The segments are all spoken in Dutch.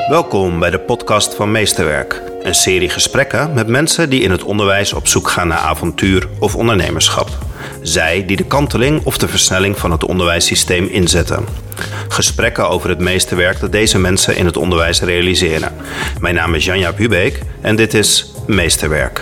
Welkom bij de podcast van Meesterwerk. Een serie gesprekken met mensen die in het onderwijs op zoek gaan naar avontuur of ondernemerschap. Zij die de kanteling of de versnelling van het onderwijssysteem inzetten. Gesprekken over het meesterwerk dat deze mensen in het onderwijs realiseren. Mijn naam is Jan-Jaap Hubeek en dit is Meesterwerk.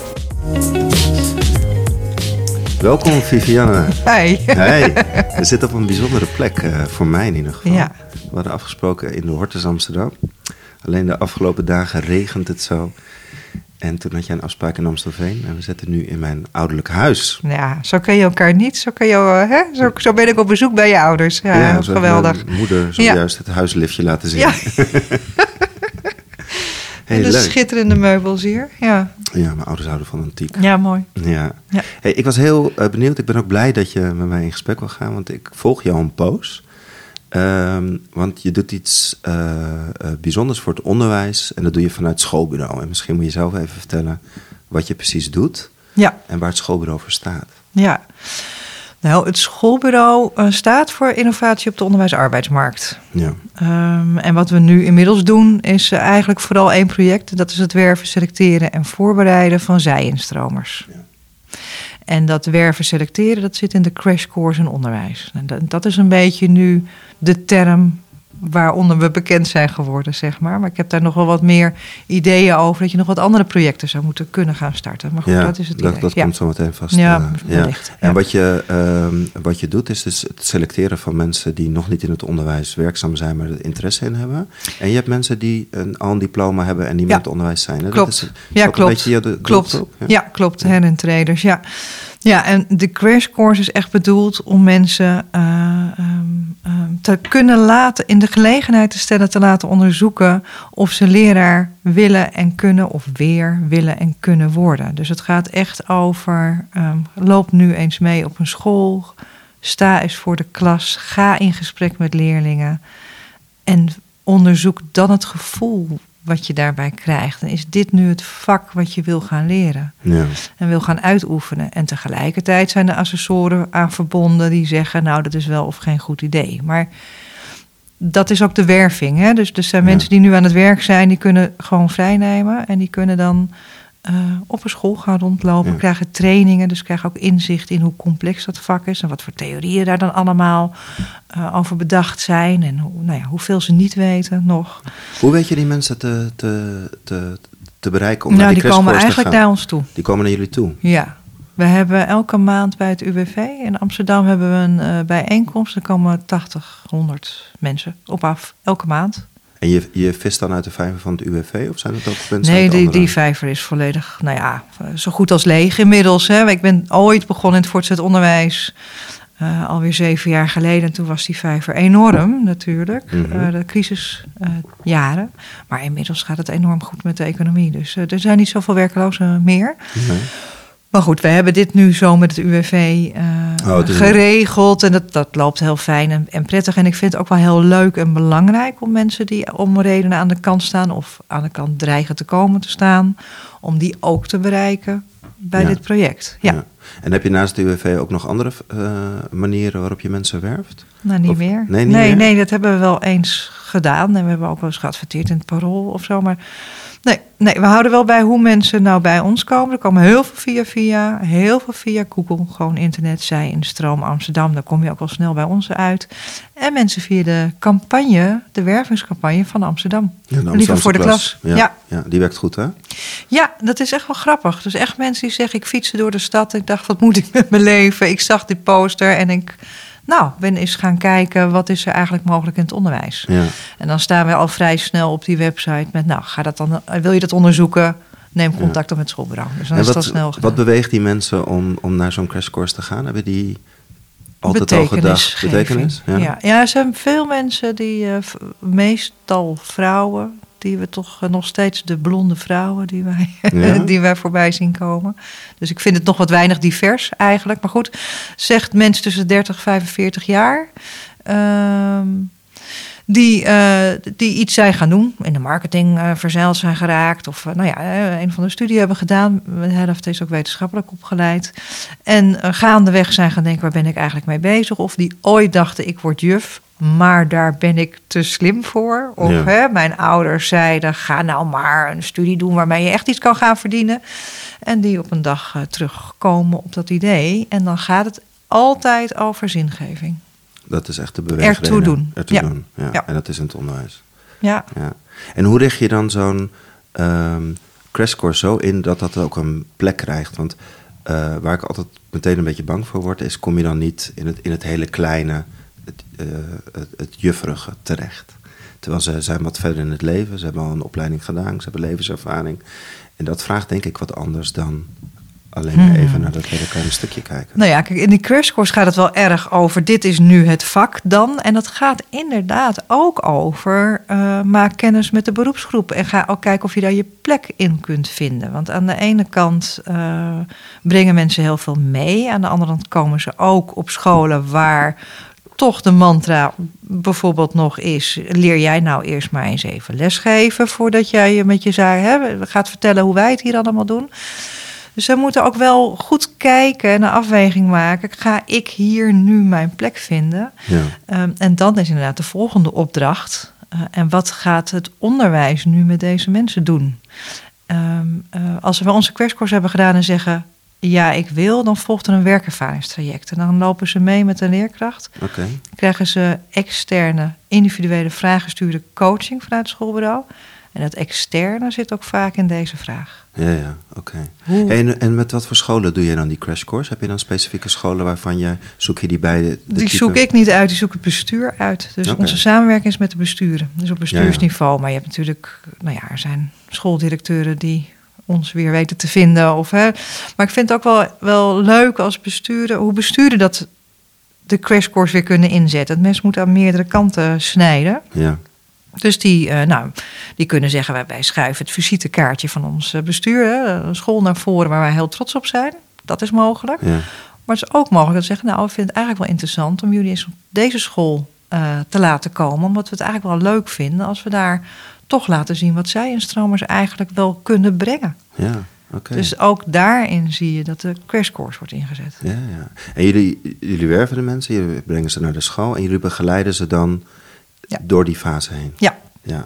Welkom Vivianne. Hi. Hey, we zitten op een bijzondere plek, voor mij in ieder geval. Ja. We hadden afgesproken in de Hortus Amsterdam. Alleen de afgelopen dagen regent het zo. En toen had jij een afspraak in Amstelveen. En we zitten nu in mijn ouderlijk huis. Ja, zo ken je elkaar niet. Zo ben ik op bezoek bij je ouders. Ja, zo geweldig. Heeft mijn moeder zojuist het huisliftje laten zien. Ja. Hey, de leuk. schitterende meubels hier. Ja, Ja, mijn ouders houden van antiek. ja mooi. Ja. Ja. Hey, ik was heel benieuwd. Ik ben ook blij dat je met mij in gesprek wil gaan. Want ik volg jou een poos. Want je doet iets bijzonders voor het onderwijs. En dat doe je vanuit het schoolbureau. En misschien moet je zelf even vertellen wat je precies doet. Ja, En waar het schoolbureau voor staat. ja. Nou, het schoolbureau staat voor innovatie op de onderwijs-arbeidsmarkt. Ja. En wat we nu inmiddels doen is eigenlijk vooral één project. Dat is het werven, selecteren en voorbereiden van zij-instromers. Ja. En dat werven, selecteren, dat zit in de crash course in onderwijs. En dat is een beetje nu de term waaronder we bekend zijn geworden, zeg maar. Maar ik heb daar nog wel wat meer ideeën over, dat je nog wat andere projecten zou moeten kunnen gaan starten. Maar goed, Ja, dat is het idee. dat Ja. komt zo meteen vast. Ja, wellicht. En Ja. wat je doet is dus het selecteren van mensen die nog niet in het onderwijs werkzaam zijn, maar er interesse in hebben. En je hebt mensen die al een diploma hebben en die met het onderwijs zijn. Hè? Klopt. Dat is Ja, ook klopt. Een beetje de Klopt. doelgroep, Ja, klopt. Herentreders, ja. Ja, en de crash course is echt bedoeld om mensen te kunnen laten, in de gelegenheid te stellen, te laten onderzoeken of ze leraar willen en kunnen of weer willen en kunnen worden. Dus het gaat echt over, loop nu eens mee op een school, sta eens voor de klas, ga in gesprek met leerlingen en onderzoek dan het gevoel wat je daarbij krijgt. En is dit nu het vak wat je wil gaan leren? Ja. En wil gaan uitoefenen. En tegelijkertijd zijn de assessoren aan verbonden die zeggen, nou, dat is wel of geen goed idee. Maar dat is ook de werving. Hè? Dus er zijn mensen die nu aan het werk zijn, die kunnen gewoon vrijnemen. En die kunnen dan op een school gaan rondlopen, krijgen trainingen. Dus krijgen ook inzicht in hoe complex dat vak is. En wat voor theorieën daar dan allemaal over bedacht zijn. En hoeveel ze niet weten nog. Hoe weet je die mensen te bereiken om naar die die komen crashcourse te eigenlijk gaan? naar ons toe. Die komen naar jullie toe? Ja. We hebben elke maand bij het UWV in Amsterdam hebben we een bijeenkomst. Er komen 80-100 mensen op af, elke maand. En je vist dan uit de vijver van het UWV? Of zijn het ook mensen Nee, uit andere? die vijver is volledig, zo goed als leeg inmiddels. Hè. Ik ben ooit begonnen in het voortgezet onderwijs, alweer 7 jaar geleden. En toen was die vijver enorm natuurlijk, de crisisjaren. Maar inmiddels gaat het enorm goed met de economie. Dus er zijn niet zoveel werklozen meer. Nee. Maar goed, we hebben dit nu zo met het UWV geregeld. En dat loopt heel fijn en prettig. En ik vind het ook wel heel leuk en belangrijk om mensen die om redenen aan de kant staan of aan de kant dreigen te komen te staan, om die ook te bereiken bij dit project. Ja. En heb je naast het UWV ook nog andere manieren waarop je mensen werft? Nou, niet meer. Nee, dat hebben we wel eens gedaan. En we hebben ook wel eens geadverteerd in het Parool of zo. Maar nee, we houden wel bij hoe mensen nou bij ons komen. Er komen heel veel via Google, gewoon internet, zij in de stroom Amsterdam. Daar kom je ook al snel bij ons uit. En mensen via de campagne, de wervingscampagne van Amsterdam. Ja, de Liever voor de klas. Ja, die werkt goed, hè? Ja, dat is echt wel grappig. Dus echt mensen die zeggen, ik fietste door de stad. Ik dacht, wat moet ik met mijn leven? Ik zag die poster en ik ben eens gaan kijken, wat is er eigenlijk mogelijk in het onderwijs? Ja. En dan staan we al vrij snel op die website met, wil je dat onderzoeken? Neem contact op met het schoolbureau. Dus dan is dat snel gedaan. Wat beweegt die mensen om naar zo'n crashcourse te gaan? Hebben die altijd al gedacht? Betekenis? Ja, er zijn veel mensen die, meestal vrouwen, die we toch nog steeds de blonde vrouwen die wij voorbij zien komen. Dus ik vind het nog wat weinig divers eigenlijk. Maar goed, zegt mensen tussen 30 en 45 jaar. die iets zijn gaan doen. In de marketing verzeild zijn geraakt. Of een van de studie hebben gedaan. De helft is ook wetenschappelijk opgeleid. En gaandeweg zijn gaan denken, waar ben ik eigenlijk mee bezig? Of die ooit dachten, ik word juf. Maar daar ben ik te slim voor. Of mijn ouders zeiden, ga nou maar een studie doen waarmee je echt iets kan gaan verdienen. En die op een dag terugkomen op dat idee. En dan gaat het altijd over zingeving. Dat is echt de beweegreden. Ertoe doen. Ja. En dat is in het onderwijs. Ja. En hoe richt je dan zo'n crashcourse zo in dat ook een plek krijgt? Want waar ik altijd meteen een beetje bang voor word, is kom je dan niet in het hele kleine, het jufferige terecht. Terwijl ze zijn wat verder in het leven. Ze hebben al een opleiding gedaan. Ze hebben levenservaring. En dat vraagt denk ik wat anders dan alleen maar even naar dat hele kleine stukje kijken. Nou ja, kijk, in die crashcourse gaat het wel erg over, dit is nu het vak dan. En dat gaat inderdaad ook over, maak kennis met de beroepsgroep. En ga ook kijken of je daar je plek in kunt vinden. Want aan de ene kant brengen mensen heel veel mee. Aan de andere kant komen ze ook op scholen waar toch de mantra bijvoorbeeld nog is, leer jij nou eerst maar eens even lesgeven voordat jij je met je zaak gaat vertellen hoe wij het hier allemaal doen. Dus we moeten ook wel goed kijken en een afweging maken. Ga ik hier nu mijn plek vinden? Ja. En dan is inderdaad de volgende opdracht. En wat gaat het onderwijs nu met deze mensen doen? Als we onze crashcourse hebben gedaan en zeggen, ja, ik wil, dan volgt er een werkervaringstraject. En dan lopen ze mee met een leerkracht. Okay. Krijgen ze externe, individuele vraaggestuurde coaching vanuit het schoolbureau. En dat externe zit ook vaak in deze vraag. Ja, oké. En met wat voor scholen doe je dan die crashcourse? Heb je dan specifieke scholen zoek je die bij de die type? Zoek ik niet uit, die zoek het bestuur uit. Dus onze samenwerking is met de besturen. Dus op bestuursniveau. Maar je hebt natuurlijk, er zijn schooldirecteuren die ons weer weten te vinden. Maar ik vind het ook wel leuk als besturen, hoe besturen dat de crashcourse weer kunnen inzetten. Het mensen moeten aan meerdere kanten snijden. Ja. Dus die kunnen zeggen, wij schuiven het visitekaartje van ons bestuur, een school naar voren waar wij heel trots op zijn. Dat is mogelijk. Ja. Maar het is ook mogelijk dat ze zeggen, we vinden het eigenlijk wel interessant om jullie eens op deze school te laten komen. Omdat we het eigenlijk wel leuk vinden als we daar toch laten zien wat zij instromers eigenlijk wel kunnen brengen. Ja. Okay. Dus ook daarin zie je dat de crashcourse wordt ingezet. Ja. En jullie werven de mensen, jullie brengen ze naar de school en jullie begeleiden ze dan door die fase heen. Ja.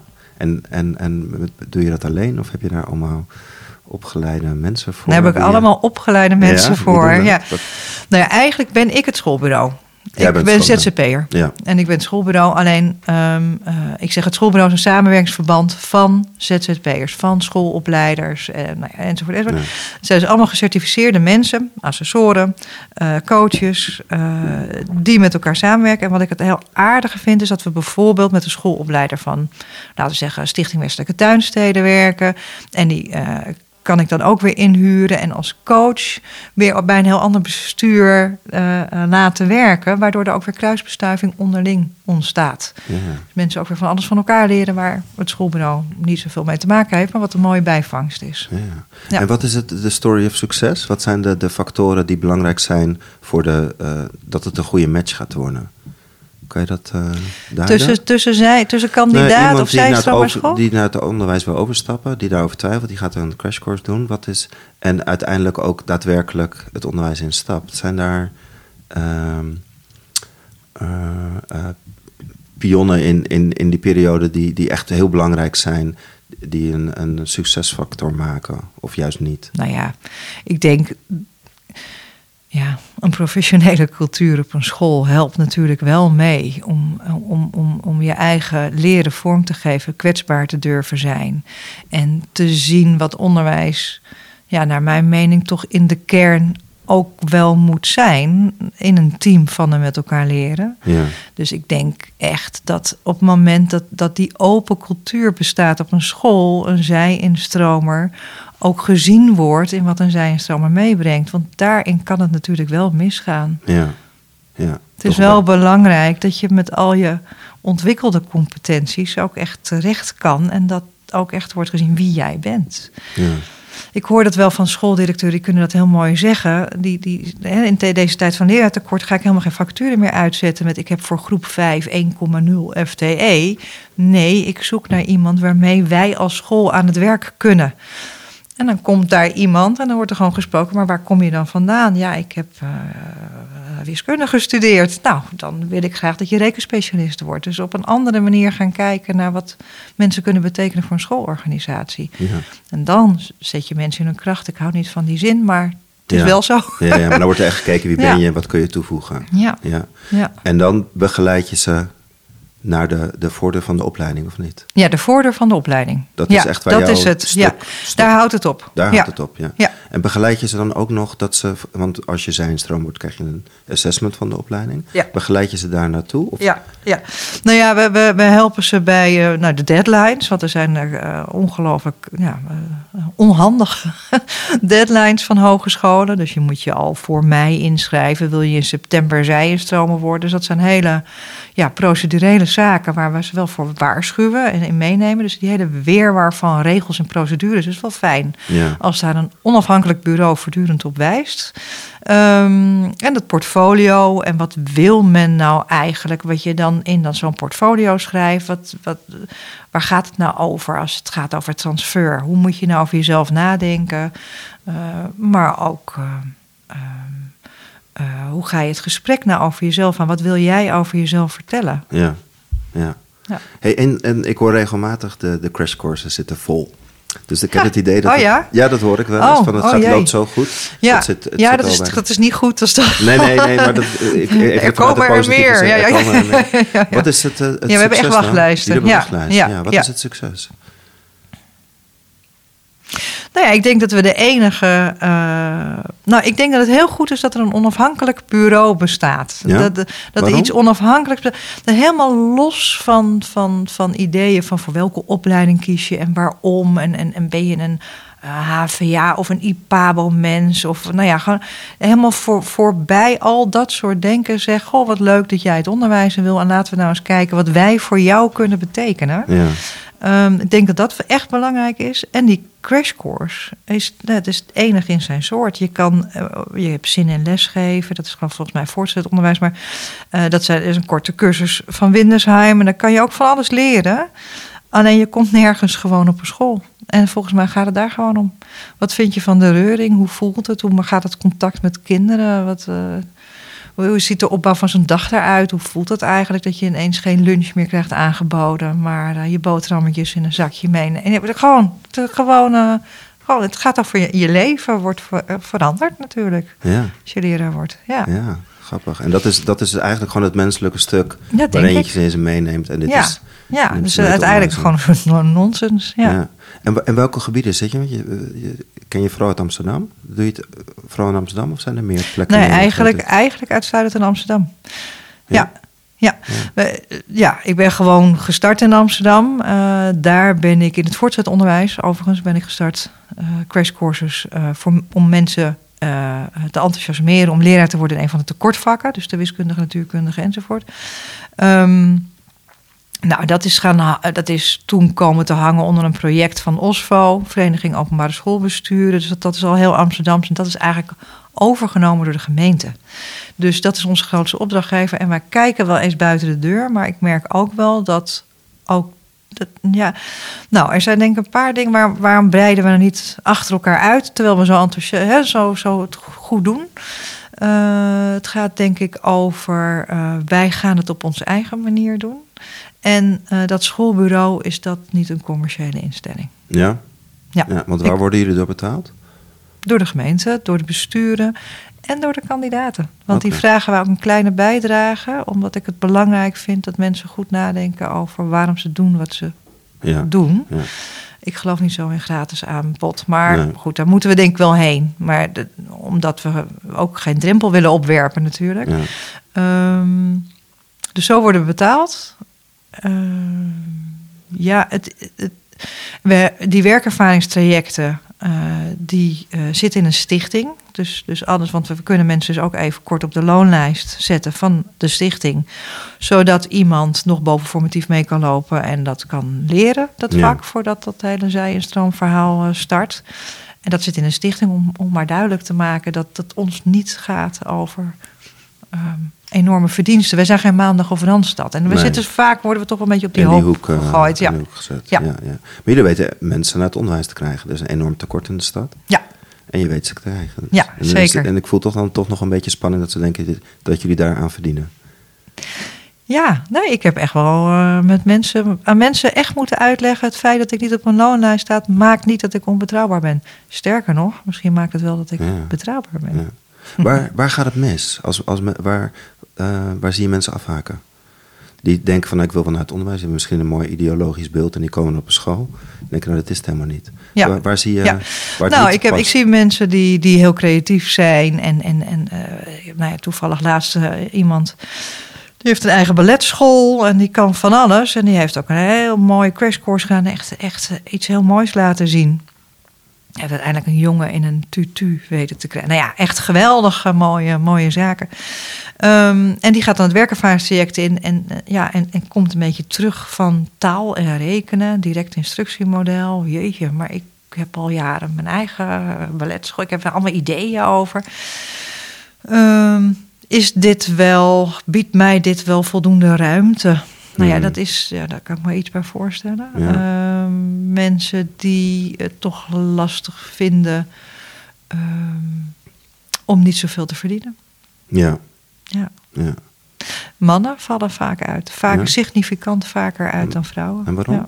En doe je dat alleen of heb je daar allemaal opgeleide mensen voor? Daar heb ik allemaal opgeleide mensen voor. Ja. Eigenlijk ben ik het schoolbureau. Ik ben ZZP'er en ik ben het schoolbureau. Alleen, ik zeg het schoolbureau is een samenwerkingsverband van ZZP'ers, van schoolopleiders enzovoort. Ja. Het zijn dus allemaal gecertificeerde mensen, assessoren, coaches, die met elkaar samenwerken. En wat ik het heel aardige vind, is dat we bijvoorbeeld met de schoolopleider van, laten we zeggen, Stichting Westelijke Tuinsteden werken. En die kan ik dan ook weer inhuren en als coach weer bij een heel ander bestuur laten werken, waardoor er ook weer kruisbestuiving onderling ontstaat. Ja. Dus mensen ook weer van alles van elkaar leren waar het schoolbureau niet zoveel mee te maken heeft, maar wat een mooie bijvangst is. Ja. En wat is de story of succes? Wat zijn de factoren die belangrijk zijn voor dat het een goede match gaat worden? Kan je dat duiden? Tussen kandidaat of zijstroom die naar het onderwijs wil overstappen, die daarover twijfelt, die gaat een crashcourse doen. En uiteindelijk ook daadwerkelijk het onderwijs instapt. Zijn daar pionnen in die periode die echt heel belangrijk zijn, die een succesfactor maken, of juist niet? Nou ja, ik denk, een professionele cultuur op een school helpt natuurlijk wel mee om je eigen leren vorm te geven, kwetsbaar te durven zijn en te zien wat onderwijs, naar mijn mening, toch in de kern ook wel moet zijn in een team van en met elkaar leren. Ja. Dus ik denk echt dat op het moment dat die open cultuur bestaat op een school, een zij-instromer ook gezien wordt in wat een zij-instromer meebrengt. Want daarin kan het natuurlijk wel misgaan. Ja. Het is wel belangrijk dat je met al je ontwikkelde competenties ook echt terecht kan en dat ook echt wordt gezien wie jij bent. Ja. Ik hoor dat wel van schooldirecteuren, die kunnen dat heel mooi zeggen. In deze tijd van leraartekort ga ik helemaal geen vacature meer uitzetten met ik heb voor groep 5 1,0 FTE. Nee, ik zoek naar iemand waarmee wij als school aan het werk kunnen. En dan komt daar iemand en dan wordt er gewoon gesproken, maar waar kom je dan vandaan? Ja, ik heb wiskunde gestudeerd. Nou, dan wil ik graag dat je rekenspecialist wordt. Dus op een andere manier gaan kijken naar wat mensen kunnen betekenen voor een schoolorganisatie. Ja. En dan zet je mensen in hun kracht. Ik hou niet van die zin, maar het is wel zo. Ja, maar dan wordt er echt gekeken wie ben je en wat kun je toevoegen. Ja. En dan begeleid je ze naar de voordeur van de opleiding, of niet? Ja, de voordeur van de opleiding. Dat is echt waar dat is het. Daar houdt het op. Daar houdt het op, ja. En begeleid je ze dan ook nog dat ze... Want als je zijnstroom wordt, krijg je een assessment van de opleiding. Ja. Begeleid je ze daar naartoe? Of? Ja. Nou ja, we helpen ze bij de deadlines. Want er zijn ongelooflijk onhandige deadlines van hogescholen. Dus je moet je al voor mei inschrijven. Wil je in september zijnstromen worden? Dus dat zijn hele procedurele zaken waar we ze wel voor waarschuwen en in meenemen. Dus die hele weerwar van regels en procedures is wel fijn. Ja. Als daar een onafhankelijk bureau voortdurend op wijst. En dat portfolio en wat wil men nou eigenlijk, wat je dan in zo'n portfolio schrijft. Waar gaat het nou over als het gaat over transfer? Hoe moet je nou over jezelf nadenken? Maar ook... hoe ga je het gesprek nou over jezelf aan? Wat wil jij over jezelf vertellen? Ja. Hey, en ik hoor regelmatig de crashcourses zitten vol. Dus ik heb het idee dat... Ja, dat hoor ik wel eens. Van het loopt zo goed. Ja, dat is niet goed als dat... Nee, maar er komen er meer. Ja. Wat is het succes? We hebben echt wachtlijsten. Wat is het succes? Nou ja, ik denk dat we de enige... ik denk dat het heel goed is dat er een onafhankelijk bureau bestaat. Ja? Dat er iets onafhankelijks bestaat. Helemaal los van ideeën van voor welke opleiding kies je en waarom. En ben je een HVA of een IPABO-mens. Of gewoon helemaal voorbij al dat soort denken. Zeg, goh, wat leuk dat jij het onderwijs wil. En laten we nou eens kijken wat wij voor jou kunnen betekenen. Ja. Ik denk dat echt belangrijk is. En die crashcourse is het enige in zijn soort. Je hebt zin in lesgeven. Dat is volgens mij voortgezet onderwijs. Maar dat is een korte cursus van Windesheim. En dan kan je ook van alles leren. Alleen je komt nergens gewoon op een school. En volgens mij gaat het daar gewoon om. Wat vind je van de reuring? Hoe voelt het? Hoe gaat het contact met kinderen? Hoe ziet de opbouw van zo'n dag eruit? Hoe voelt het eigenlijk dat je ineens geen lunch meer krijgt aangeboden, maar je boterhammetjes in een zakje mee? En het gaat over je leven, wordt veranderd natuurlijk. Ja. Als je leraar wordt. Ja, grappig. En dat is eigenlijk gewoon het menselijke stuk waarin je ze meeneemt. En dit is... Ja, dus uiteindelijk gewoon een soort nonsens. Ja. En welke gebieden zit je? Ken je vooral uit Amsterdam? Doe je het vooral in Amsterdam of zijn er meer plekken? Nee, eigenlijk uitsluitend in Amsterdam. Ja, ik ben gewoon gestart in Amsterdam. Daar ben ik in het voortgezet onderwijs. Overigens ben ik gestart crashcourses om mensen te enthousiasmeren om leraar te worden in een van de tekortvakken. Dus de wiskundige, natuurkundige enzovoort. Dat is toen komen te hangen onder een project van OSVO, Vereniging Openbare Schoolbesturen. Dus dat is al heel Amsterdams en dat is eigenlijk overgenomen door de gemeente. Dus dat is onze grootste opdrachtgever. En wij kijken wel eens buiten de deur, maar ik merk ook wel dat ook... er zijn denk ik een paar dingen waarom breiden we er niet achter elkaar uit, terwijl we zo enthousiast, zo het goed doen. Het gaat denk ik over, wij gaan het op onze eigen manier doen. En dat schoolbureau is dat niet een commerciële instelling. Ja? Ja, want waar worden jullie door betaald? Door de gemeente, door de besturen en door de kandidaten. Want die vragen we ook een kleine bijdrage, omdat ik het belangrijk vind dat mensen goed nadenken over waarom ze doen wat ze doen. Ja. Ik geloof niet zo in gratis aanbod. Maar goed, daar moeten we denk ik wel heen. Maar omdat we ook geen drempel willen opwerpen natuurlijk. Ja. Dus zo worden we betaald. Die werkervaringstrajecten die zitten in een stichting. Dus anders, want we kunnen mensen dus ook even kort op de loonlijst zetten van de stichting. Zodat iemand nog bovenformatief mee kan lopen en dat kan leren, dat vak, voordat dat hele zij- en stroomverhaal start. En dat zit in een stichting om maar duidelijk te maken dat het ons niet gaat over enorme verdiensten. Wij zijn geen Maandag of Randstad. En we zitten vaak, worden we toch een beetje op die hoek gegooid. Ja. Gezet. Ja. Maar jullie weten mensen naar het onderwijs te krijgen. Er is een enorm tekort in de stad. Ja. En je weet ze te krijgen. Dus. Ja, zeker. En ik voel toch nog een beetje spanning dat ze denken dat jullie daaraan verdienen. Ja, nee, ik heb echt wel aan mensen echt moeten uitleggen. Het feit dat ik niet op een loonlijst sta, maakt niet dat ik onbetrouwbaar ben. Sterker nog, misschien maakt het wel dat ik betrouwbaar ben. Ja. Waar gaat het mis? Waar zie je mensen afhaken? Die denken van, ik wil wel naar het onderwijs. Die hebben misschien een mooi ideologisch beeld en die komen op een school. Denken, dat is het helemaal niet. Ja. Waar zie je... Ja. Waar ik zie mensen die heel creatief zijn. En toevallig laatst iemand... Die heeft een eigen balletschool en die kan van alles. En die heeft ook een heel mooie crashcourse gedaan. Echt iets heel moois laten zien. Hij heeft uiteindelijk een jongen in een tutu weten te krijgen. Nou ja, echt geweldige mooie zaken. En die dan het werkervaringstraject in. En komt een beetje terug van taal en rekenen. Direct instructiemodel. Jeetje, maar ik heb al jaren mijn eigen balletschool. Ik heb er allemaal ideeën over. Biedt mij dit wel voldoende ruimte? Nou ja, daar kan ik me iets bij voorstellen. Ja. Mensen die het toch lastig vinden om niet zoveel te verdienen. Ja. Mannen vallen vaak uit. Significant vaker uit dan vrouwen. En waarom?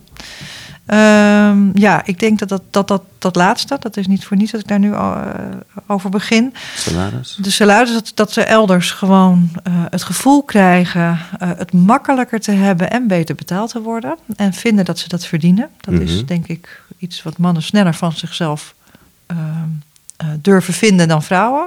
Ik denk dat laatste, dat is niet voor niets dat ik daar nu over begin. Salaris? De salaris, dat ze elders gewoon het gevoel krijgen het makkelijker te hebben en beter betaald te worden. En vinden dat ze dat verdienen. Dat is denk ik iets wat mannen sneller van zichzelf durven vinden dan vrouwen.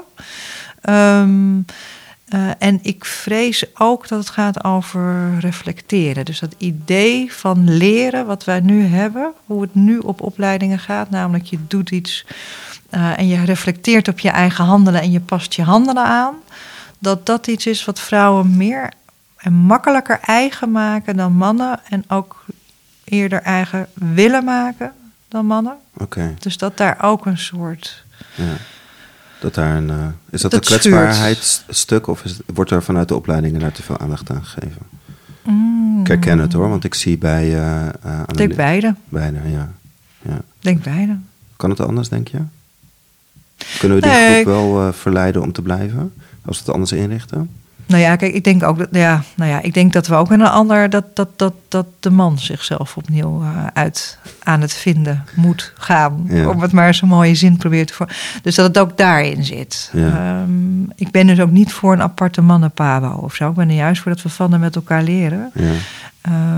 En ik vrees ook dat het gaat over reflecteren. Dus dat idee van leren wat wij nu hebben, hoe het nu op opleidingen gaat, namelijk je doet iets en je reflecteert op je eigen handelen en je past je handelen aan, dat iets is wat vrouwen meer en makkelijker eigen maken dan mannen en ook eerder eigen willen maken dan mannen. Okay. Dus dat daar ook een soort... Ja. Is dat een kwetsbaarheidsstuk of wordt er vanuit de opleidingen daar te veel aandacht aan gegeven? Ik herken het hoor, want ik zie bij... Ik denk beide. Beide, ja. Denk beide. Kan het anders, denk je? Kunnen we die groep wel verleiden om te blijven? Als we het anders inrichten? Nou ja, kijk, ik denk ook ik denk dat we ook in een ander dat de man zichzelf opnieuw aan het vinden moet gaan. Ja. Om het maar zo'n mooie zin proberen te vormen. Dus dat het ook daarin zit. Ja. Ik ben dus ook niet voor een aparte mannenpabo of zo. Ik ben er juist voor dat we van en met elkaar leren. Ja.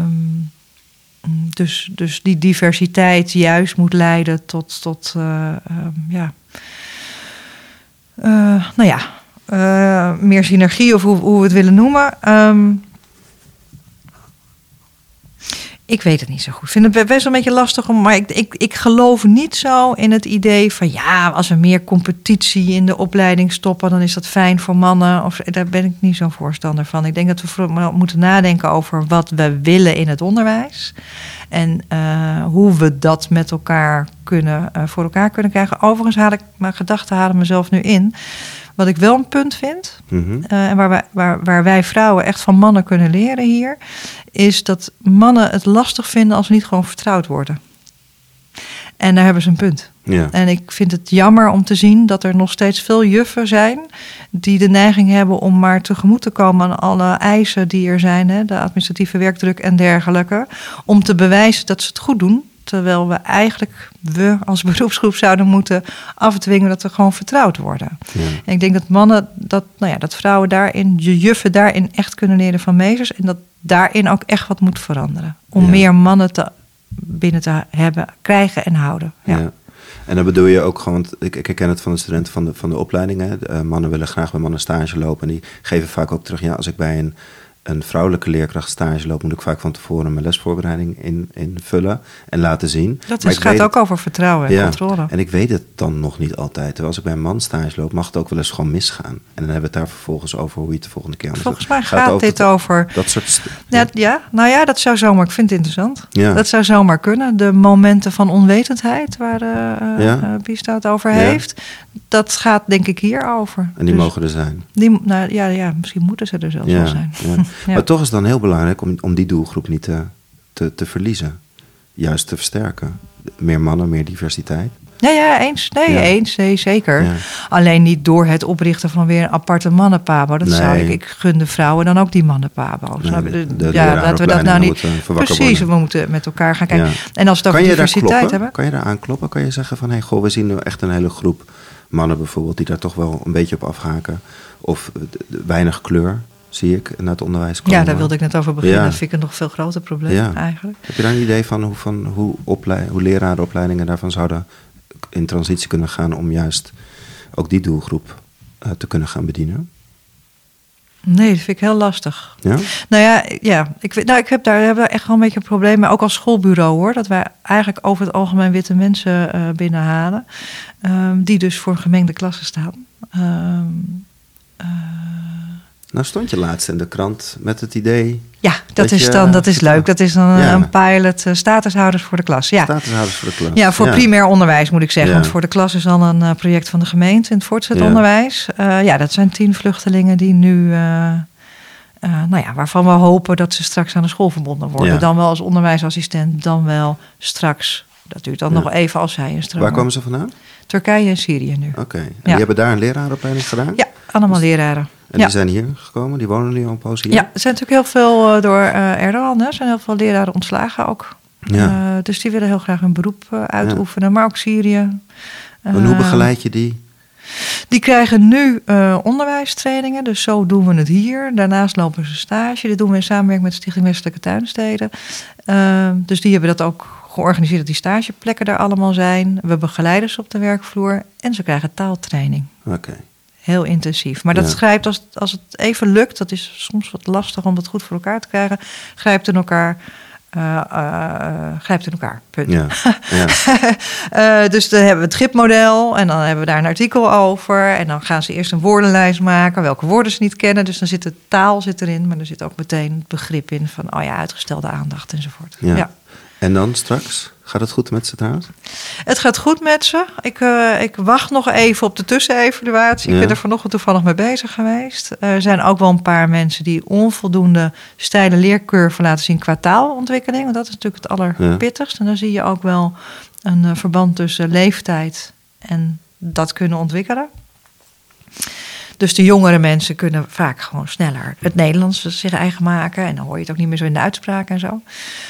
Dus die diversiteit juist moet leiden tot meer synergie of hoe we het willen noemen. Ik weet het niet zo goed. Ik vind het best wel een beetje lastig maar ik geloof niet zo in het idee van als we meer competitie in de opleiding stoppen, dan is dat fijn voor mannen. Daar ben ik niet zo'n voorstander van. Ik denk dat we moeten nadenken over wat we willen in het onderwijs. En hoe we dat met elkaar voor elkaar kunnen krijgen. Overigens haal ik mijn gedachten halen mezelf nu in. Wat ik wel een punt vind, en waar wij vrouwen echt van mannen kunnen leren hier, is dat mannen het lastig vinden als ze niet gewoon vertrouwd worden. En daar hebben ze een punt. Ja. En ik vind het jammer om te zien dat er nog steeds veel juffen zijn die de neiging hebben om maar tegemoet te komen aan alle eisen die er zijn, hè, de administratieve werkdruk en dergelijke, om te bewijzen dat ze het goed doen. Terwijl we als beroepsgroep zouden moeten afdwingen dat we gewoon vertrouwd worden. Ja. En ik denk dat mannen, dat vrouwen juffen daarin echt kunnen leren van meesters. En dat daarin ook echt wat moet veranderen. Om meer mannen binnen te hebben, krijgen en houden. Ja. En dan bedoel je ook gewoon, want ik herken het van de studenten van de opleidingen. Mannen willen graag bij mannen stage lopen. En die geven vaak ook terug, als ik bij een vrouwelijke leerkracht stage loopt, moet ik vaak van tevoren mijn lesvoorbereiding invullen en laten zien. Gaat ook over vertrouwen en controle. En ik weet het dan nog niet altijd. Terwijl als ik bij een man stage loop, mag het ook wel eens gewoon misgaan. En dan hebben we het daar vervolgens over hoe je het de volgende keer anders doet. Volgens mij gaat dit over... Dat soort... dat zou zomaar... Ik vind het interessant. Ja. Dat zou zomaar kunnen. De momenten van onwetendheid waar Bista het over heeft. Dat gaat denk ik hier over. En die mogen er zijn. Misschien moeten ze er zelfs wel zijn. Ja. Maar toch is het dan heel belangrijk om die doelgroep niet te verliezen. Juist te versterken. Meer mannen, meer diversiteit. Ja, eens. Eens. Nee, zeker. Ja. Alleen niet door het oprichten van weer een aparte mannenpabo. Dat zou ik gun de vrouwen dan ook die mannenpabo's. Nee, laten we dat nou niet... Precies, we moeten met elkaar gaan kijken. Ja. En als we het over diversiteit hebben... Kan je daar aankloppen? Kan je zeggen van... we zien nu echt een hele groep mannen bijvoorbeeld... die daar toch wel een beetje op afhaken. Of weinig kleur... zie ik naar het onderwijs komen. Ja, daar wilde ik net over beginnen. Dat vind ik een nog veel groter probleem eigenlijk. Heb je daar een idee van hoe lerarenopleidingen daarvan zouden in transitie kunnen gaan... om juist ook die doelgroep te kunnen gaan bedienen? Nee, dat vind ik heel lastig. Ja? Ik heb daar echt wel een beetje een probleem mee. Ook als schoolbureau hoor. Dat wij eigenlijk over het algemeen witte mensen binnenhalen. Die dus voor gemengde klassen staan. Nou stond je laatst in de krant met het idee... Ja, dat is leuk. Dat is dan een pilot, statushouders voor de klas. Ja. Statushouders voor de klas. Ja, voor primair onderwijs moet ik zeggen. Ja. Want voor de klas is dan een project van de gemeente in het voortgezet onderwijs. Dat zijn 10 vluchtelingen die nu... waarvan we hopen dat ze straks aan de school verbonden worden. Ja. Dan wel als onderwijsassistent, dan wel straks. Dat duurt dan nog even als zij instromen. Waar komen ze vandaan? Turkije en Syrië nu. Oké. En die hebben daar een lerarenopleiding gedaan? Ja, allemaal leraren. En die zijn hier gekomen? Die wonen nu al een poos hier? Ja, er zijn natuurlijk heel veel door Erdogan. Er zijn heel veel leraren ontslagen ook. Ja. Dus die willen heel graag hun beroep uitoefenen. Maar ook Syrië. En hoe begeleid je die? Die krijgen nu onderwijstrainingen. Dus zo doen we het hier. Daarnaast lopen ze stage. Dit doen we in samenwerking met de Stichting Westelijke Tuinsteden. Dus die hebben dat ook georganiseerd dat die stageplekken daar allemaal zijn. We begeleiden ze op de werkvloer. En ze krijgen taaltraining. Oké. Heel intensief. Maar dat grijpt, als het even lukt... dat is soms wat lastig om het goed voor elkaar te krijgen... grijpt in elkaar. Punt. Ja. Dus dan hebben we het GIP-model... en dan hebben we daar een artikel over... en dan gaan ze eerst een woordenlijst maken... welke woorden ze niet kennen. Dus dan zit de taal erin... maar er zit ook meteen het begrip in... van uitgestelde aandacht enzovoort. Ja. En dan straks? Gaat het goed met ze trouwens? Het gaat goed met ze. Ik wacht nog even op de tussenevaluatie. Ik ben er vanochtend toevallig mee bezig geweest. Er zijn ook wel een paar mensen die onvoldoende steile leercurve laten zien qua taalontwikkeling. Want dat is natuurlijk het allerpittigst. En dan zie je ook wel een verband tussen leeftijd en dat kunnen ontwikkelen. Dus de jongere mensen kunnen vaak gewoon sneller het Nederlands zich eigen maken. En dan hoor je het ook niet meer zo in de uitspraak en zo.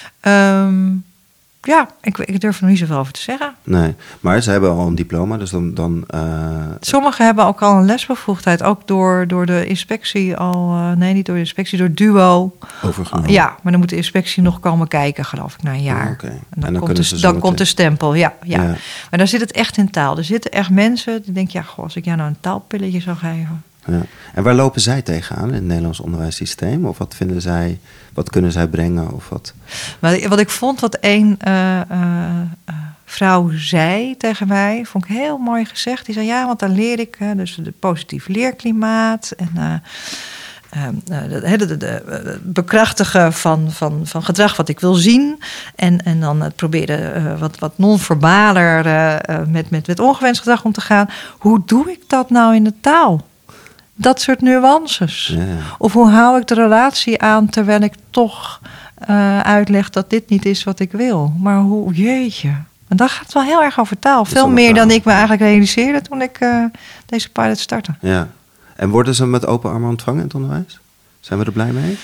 Ik durf er nog niet zoveel over te zeggen. Nee, maar ze hebben al een diploma, dus dan... Sommigen hebben ook al een lesbevoegdheid, ook door de inspectie al... niet door de inspectie, door DUO. Overgenomen. Ja, maar dan moet de inspectie nog komen kijken, geloof ik, na een jaar. Okay. En dan komt de stempel, ja. Maar dan zit het echt in taal. Er zitten echt mensen die denken, als ik jou nou een taalpilletje zou geven... Ja. En waar lopen zij tegenaan in het Nederlands onderwijssysteem? Of wat vinden zij, wat kunnen zij brengen? Of wat? Wat ik vond, wat één vrouw zei tegen mij, vond ik heel mooi gezegd. Die zei, want dan leer ik dus het positief leerklimaat en het bekrachtigen van gedrag wat ik wil zien. En dan het proberen wat non-verbaler met ongewenst gedrag om te gaan. Hoe doe ik dat nou in de taal? Dat soort nuances. Ja. Of hoe hou ik de relatie aan terwijl ik toch uitleg dat dit niet is wat ik wil. Maar jeetje. En dat gaat wel heel erg over taal. Veel meer dan ik me eigenlijk realiseerde toen ik deze pilot startte. Ja. En worden ze met open armen ontvangen in het onderwijs? Zijn we er blij mee?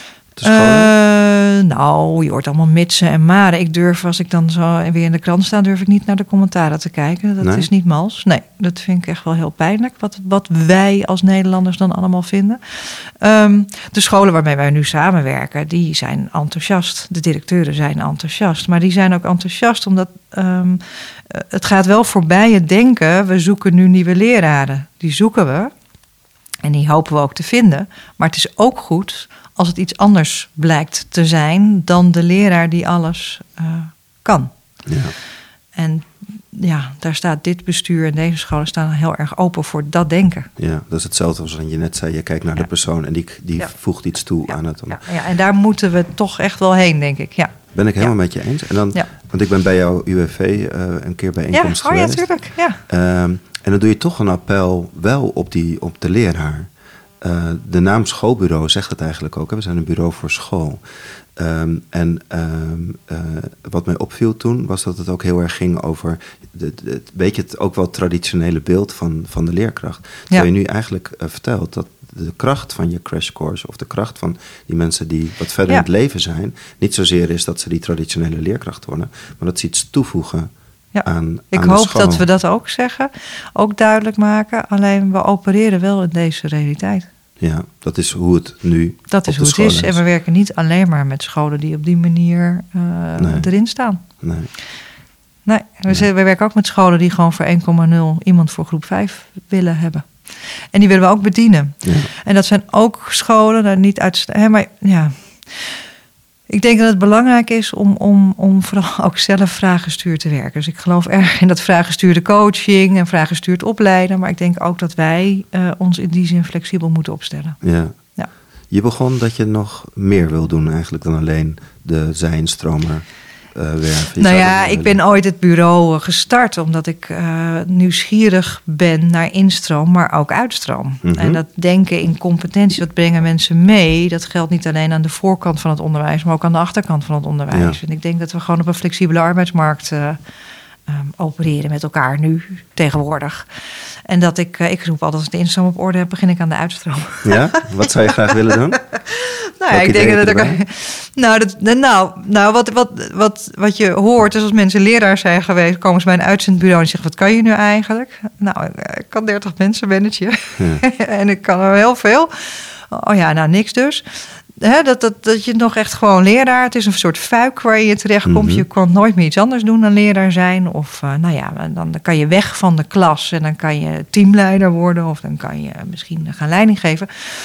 Je hoort allemaal mitsen en maren. Ik durf, als ik dan zo weer in de krant sta, durf ik niet naar de commentaren te kijken. Dat is niet mals. Nee, dat vind ik echt wel heel pijnlijk. Wat wij als Nederlanders dan allemaal vinden. De scholen waarmee wij nu samenwerken, die zijn enthousiast. De directeuren zijn enthousiast. Maar die zijn ook enthousiast omdat het gaat wel voorbij het denken. We zoeken nu nieuwe leraren. Die zoeken we. En die hopen we ook te vinden. Maar het is ook goed als het iets anders blijkt te zijn dan de leraar die alles kan. Ja. En ja, daar staat dit bestuur en deze scholen staan heel erg open voor dat denken. Ja, dat is hetzelfde als je net zei. Je kijkt naar de persoon en die voegt iets toe aan het. Ja, en daar moeten we toch echt wel heen, denk ik. Ja. Ben ik helemaal met je eens. En dan, want ik ben bij jouw UWV een keer bijeenkomst geweest. Ja, tuurlijk. Ja. En dan doe je toch een appel wel op de leraar. De naam schoolbureau zegt het eigenlijk ook. Hè? We zijn een bureau voor school. Wat mij opviel toen was dat het ook heel erg ging over het ook wel traditionele beeld van de leerkracht. Terwijl je nu eigenlijk vertelt dat de kracht van je crashcourse of de kracht van die mensen die wat verder in het leven zijn, niet zozeer is dat ze die traditionele leerkracht worden, maar dat ze iets toevoegen aan de school. Ik hoop dat we dat ook zeggen, ook duidelijk maken. Alleen we opereren wel in deze realiteit. Ja, dat is hoe het nu dat is hoe het is. En we werken niet alleen maar met scholen die op die manier erin staan. Nee, we werken ook met scholen die gewoon voor 1,0 iemand voor groep 5 willen hebben. En die willen we ook bedienen. Ja. En dat zijn ook scholen, niet uit. Maar ja, ik denk dat het belangrijk is om vooral ook zelf vraaggestuurd te werken. Dus ik geloof erg in dat vraaggestuurde coaching en vraaggestuurd opleiden. Maar ik denk ook dat wij ons in die zin flexibel moeten opstellen. Ja. Je begon dat je nog meer wil doen eigenlijk dan alleen de zijinstromer werven. Ik ben ooit het bureau gestart omdat ik nieuwsgierig ben naar instroom, maar ook uitstroom. Mm-hmm. En dat denken in competenties, dat brengen mensen mee. Dat geldt niet alleen aan de voorkant van het onderwijs, maar ook aan de achterkant van het onderwijs. Ja. En ik denk dat we gewoon op een flexibele arbeidsmarkt opereren met elkaar nu, tegenwoordig. En dat ik roep altijd, als ik de instroom op orde heb, begin ik aan de uitstroom. Ja? Wat zou je graag willen doen? Ik denk wat je hoort, is als mensen leraar zijn geweest, komen ze bij een uitzendbureau en zeggen, wat kan je nu eigenlijk? Nou, ik kan 30 mensen managen. Ja. En ik kan er heel veel. Niks dus. Dat je nog echt gewoon leraar. Het is een soort fuik waar je terechtkomt. Mm-hmm. Je kan nooit meer iets anders doen dan leraar zijn. Of dan kan je weg van de klas en dan kan je teamleider worden. Of dan kan je misschien gaan leiding geven.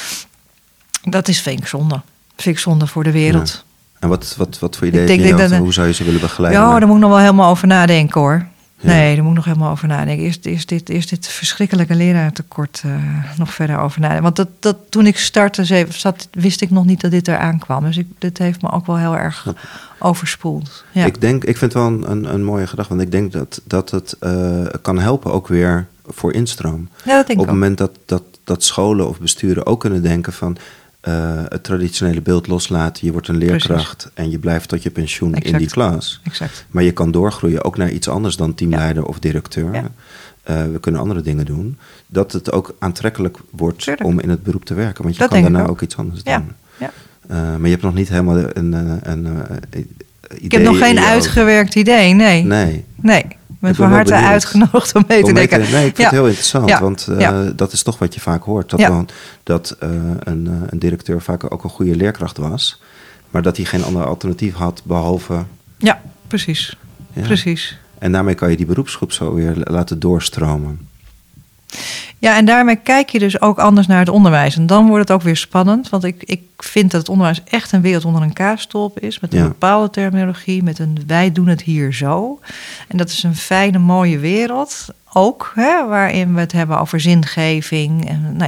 Dat vind ik zonde voor de wereld. Ja. En wat voor ideeën heb je? Hoe zou je ze willen begeleiden? Ja, daar moet ik nog wel helemaal over nadenken, hoor. Ja. Nee, daar moet ik nog helemaal over nadenken. Eerst dit verschrikkelijke leraartekort nog verder over nadenken. Want dat toen ik startte, wist ik nog niet dat dit eraan kwam. Dus dit heeft me ook wel heel erg overspoeld. Ja. Ik vind het wel een mooie gedachte. Want ik denk dat het kan helpen ook weer voor instroom. Ja, dat denk ik op het moment dat scholen of besturen ook kunnen denken van het traditionele beeld loslaten. Je wordt een leerkracht. Precies. En je blijft tot je pensioen in die klas. Exact. Maar je kan doorgroeien ook naar iets anders dan teamleider of directeur. Ja. We kunnen andere dingen doen. Dat het ook aantrekkelijk wordt om in het beroep te werken. Want je kan daarna ook iets anders doen. Ja. Maar je hebt nog niet helemaal een idee. Ik heb nog geen uitgewerkt idee, nee. Ik ben van harte uitgenodigd om mee te denken. Nee, ik vind het heel interessant. Want dat is toch wat je vaak hoort. Dat een directeur vaak ook een goede leerkracht was. Maar dat hij geen ander alternatief had behalve... Ja, precies. Ja. Precies. En daarmee kan je die beroepsgroep zo weer laten doorstromen. Ja, en daarmee kijk je dus ook anders naar het onderwijs. En dan wordt het ook weer spannend. Want ik vind dat het onderwijs echt een wereld onder een kaasstolp is. Met een bepaalde terminologie. Met een wij doen het hier zo. En dat is een fijne, mooie wereld. Ook, waarin we het hebben over zingeving. En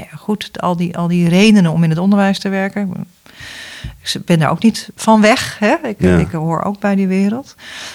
al die redenen om in het onderwijs te werken. Ik ben daar ook niet van weg. Ik hoor ook bij die wereld.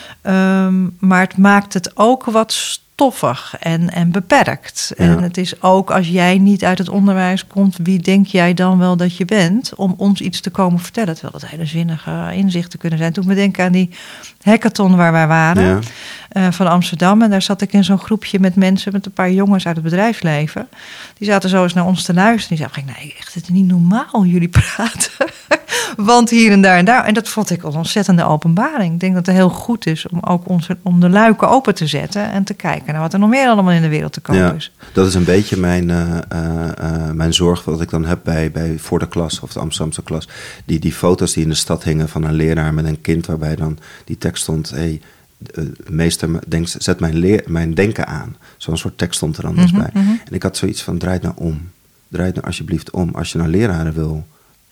Maar het maakt het ook wat stoffig en beperkt. Ja. En het is ook, als jij niet uit het onderwijs komt, wie denk jij dan wel dat je bent om ons iets te komen vertellen? Terwijl dat hele zinnige inzichten kunnen zijn. Toen ik me denk aan die hackathon waar wij waren van Amsterdam. En daar zat ik in zo'n groepje met mensen, met een paar jongens uit het bedrijfsleven. Die zaten zo eens naar ons te luisteren. Die zeiden, nee, echt, het is niet normaal jullie praten. Want hier en daar en daar. En dat vond ik een ontzettende openbaring. Ik denk dat het heel goed is om ook om de luiken open te zetten en te kijken naar wat er nog meer allemaal in de wereld te koop is. Dat is een beetje mijn zorg wat ik dan heb bij voor de klas of de Amsterdamse klas. Die foto's die in de stad hingen van een leraar met een kind waarbij dan die tekst stond, meester, zet mijn denken aan. Zo'n soort tekst stond er dan dus bij. Mm-hmm. En ik had zoiets van, draai het nou alsjeblieft om. Als je nou leraren wil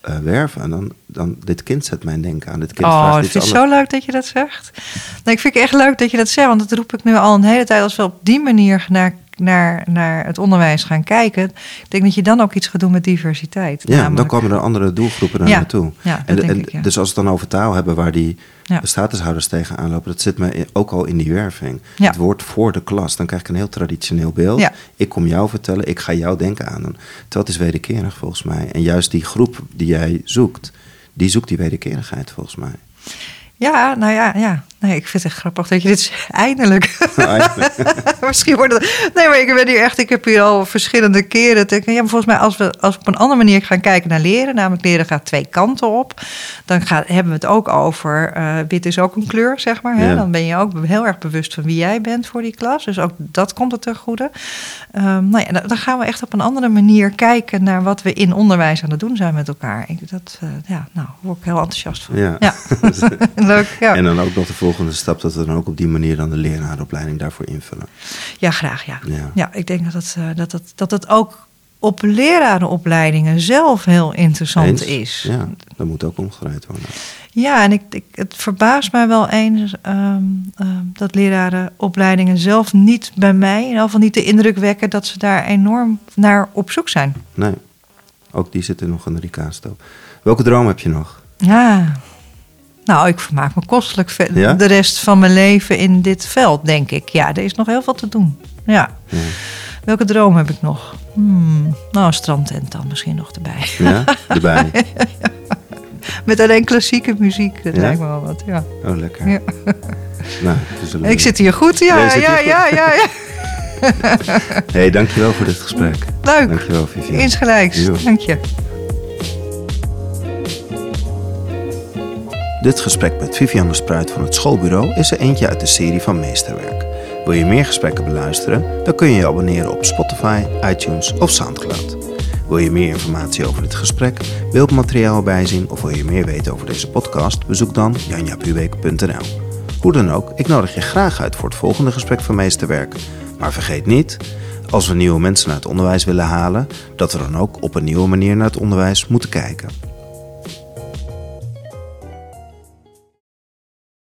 werven. En dan dit kind zet mijn denken aan. Dit kind Oh, vraagt ik vind het zo leuk dat je dat zegt. Nee, ik vind het echt leuk dat je dat zegt. Want dat roep ik nu al een hele tijd. Als we op die manier naar het onderwijs gaan kijken. Ik denk dat je dan ook iets gaat doen met diversiteit. Ja, namelijk. Dan komen er andere doelgroepen naar naartoe. Ja, Dus als we het dan over taal hebben waar die statushouders tegenaan lopen. Dat zit me ook al in die werving. Ja. Het woord voor de klas. Dan krijg ik een heel traditioneel beeld. Ja. Ik kom jou vertellen, ik ga jou denken aan doen. Terwijl het is wederkerig volgens mij. En juist die groep die jij zoekt, die zoekt die wederkerigheid volgens mij. Ja, nou ja. Nee, ik vind het echt grappig dat je dit eindelijk. Misschien wordt het. Nee, maar ik heb hier al verschillende keren. Maar volgens mij, als we op een andere manier gaan kijken naar leren, namelijk leren gaat twee kanten op, dan hebben we het ook over. Wit is ook een kleur, zeg maar. Hè? Ja. Dan ben je ook heel erg bewust van wie jij bent voor die klas. Dus ook dat komt het ten goede. Dan gaan we echt op een andere manier kijken naar wat we in onderwijs aan het doen zijn met elkaar. Daar word ik heel enthousiast van. Ja. Leuk. Ja. En dan ook nog de volgende stap, dat we dan ook op die manier dan de lerarenopleiding daarvoor invullen. Ja, graag, ja. Ik denk dat het ook op lerarenopleidingen zelf heel interessant is. Ja, dat moet ook omgedraaid worden. Ja, en het verbaast mij wel eens dat lerarenopleidingen zelf niet bij mij, in ieder geval niet de indruk wekken dat ze daar enorm naar op zoek zijn. Nee, ook die zitten nog in de recast-op. Welke droom heb je nog? Ja, nou, ik vermaak me kostelijk de rest van mijn leven in dit veld, denk ik. Ja, er is nog heel veel te doen. Ja. Welke droom heb ik nog? Nou, een strandtent dan misschien nog erbij. Ja, erbij. Met alleen klassieke muziek, dat lijkt me wel wat, ja. Oh, lekker. Ja. Nou, ik zit hier goed, ja. Hey, dankjewel voor dit gesprek. Leuk. Dankjewel, Vivian. Insgelijks, dank je. Dit gesprek met Vivian de Spruit van het Schoolbureau is er eentje uit de serie van Meesterwerk. Wil je meer gesprekken beluisteren? Dan kun je je abonneren op Spotify, iTunes of Soundcloud. Wil je meer informatie over dit gesprek, beeldmateriaal bijzien of wil je meer weten over deze podcast? Bezoek dan janjapubeek.nl. Hoe dan ook, ik nodig je graag uit voor het volgende gesprek van Meesterwerk. Maar vergeet niet, als we nieuwe mensen naar het onderwijs willen halen, dat we dan ook op een nieuwe manier naar het onderwijs moeten kijken.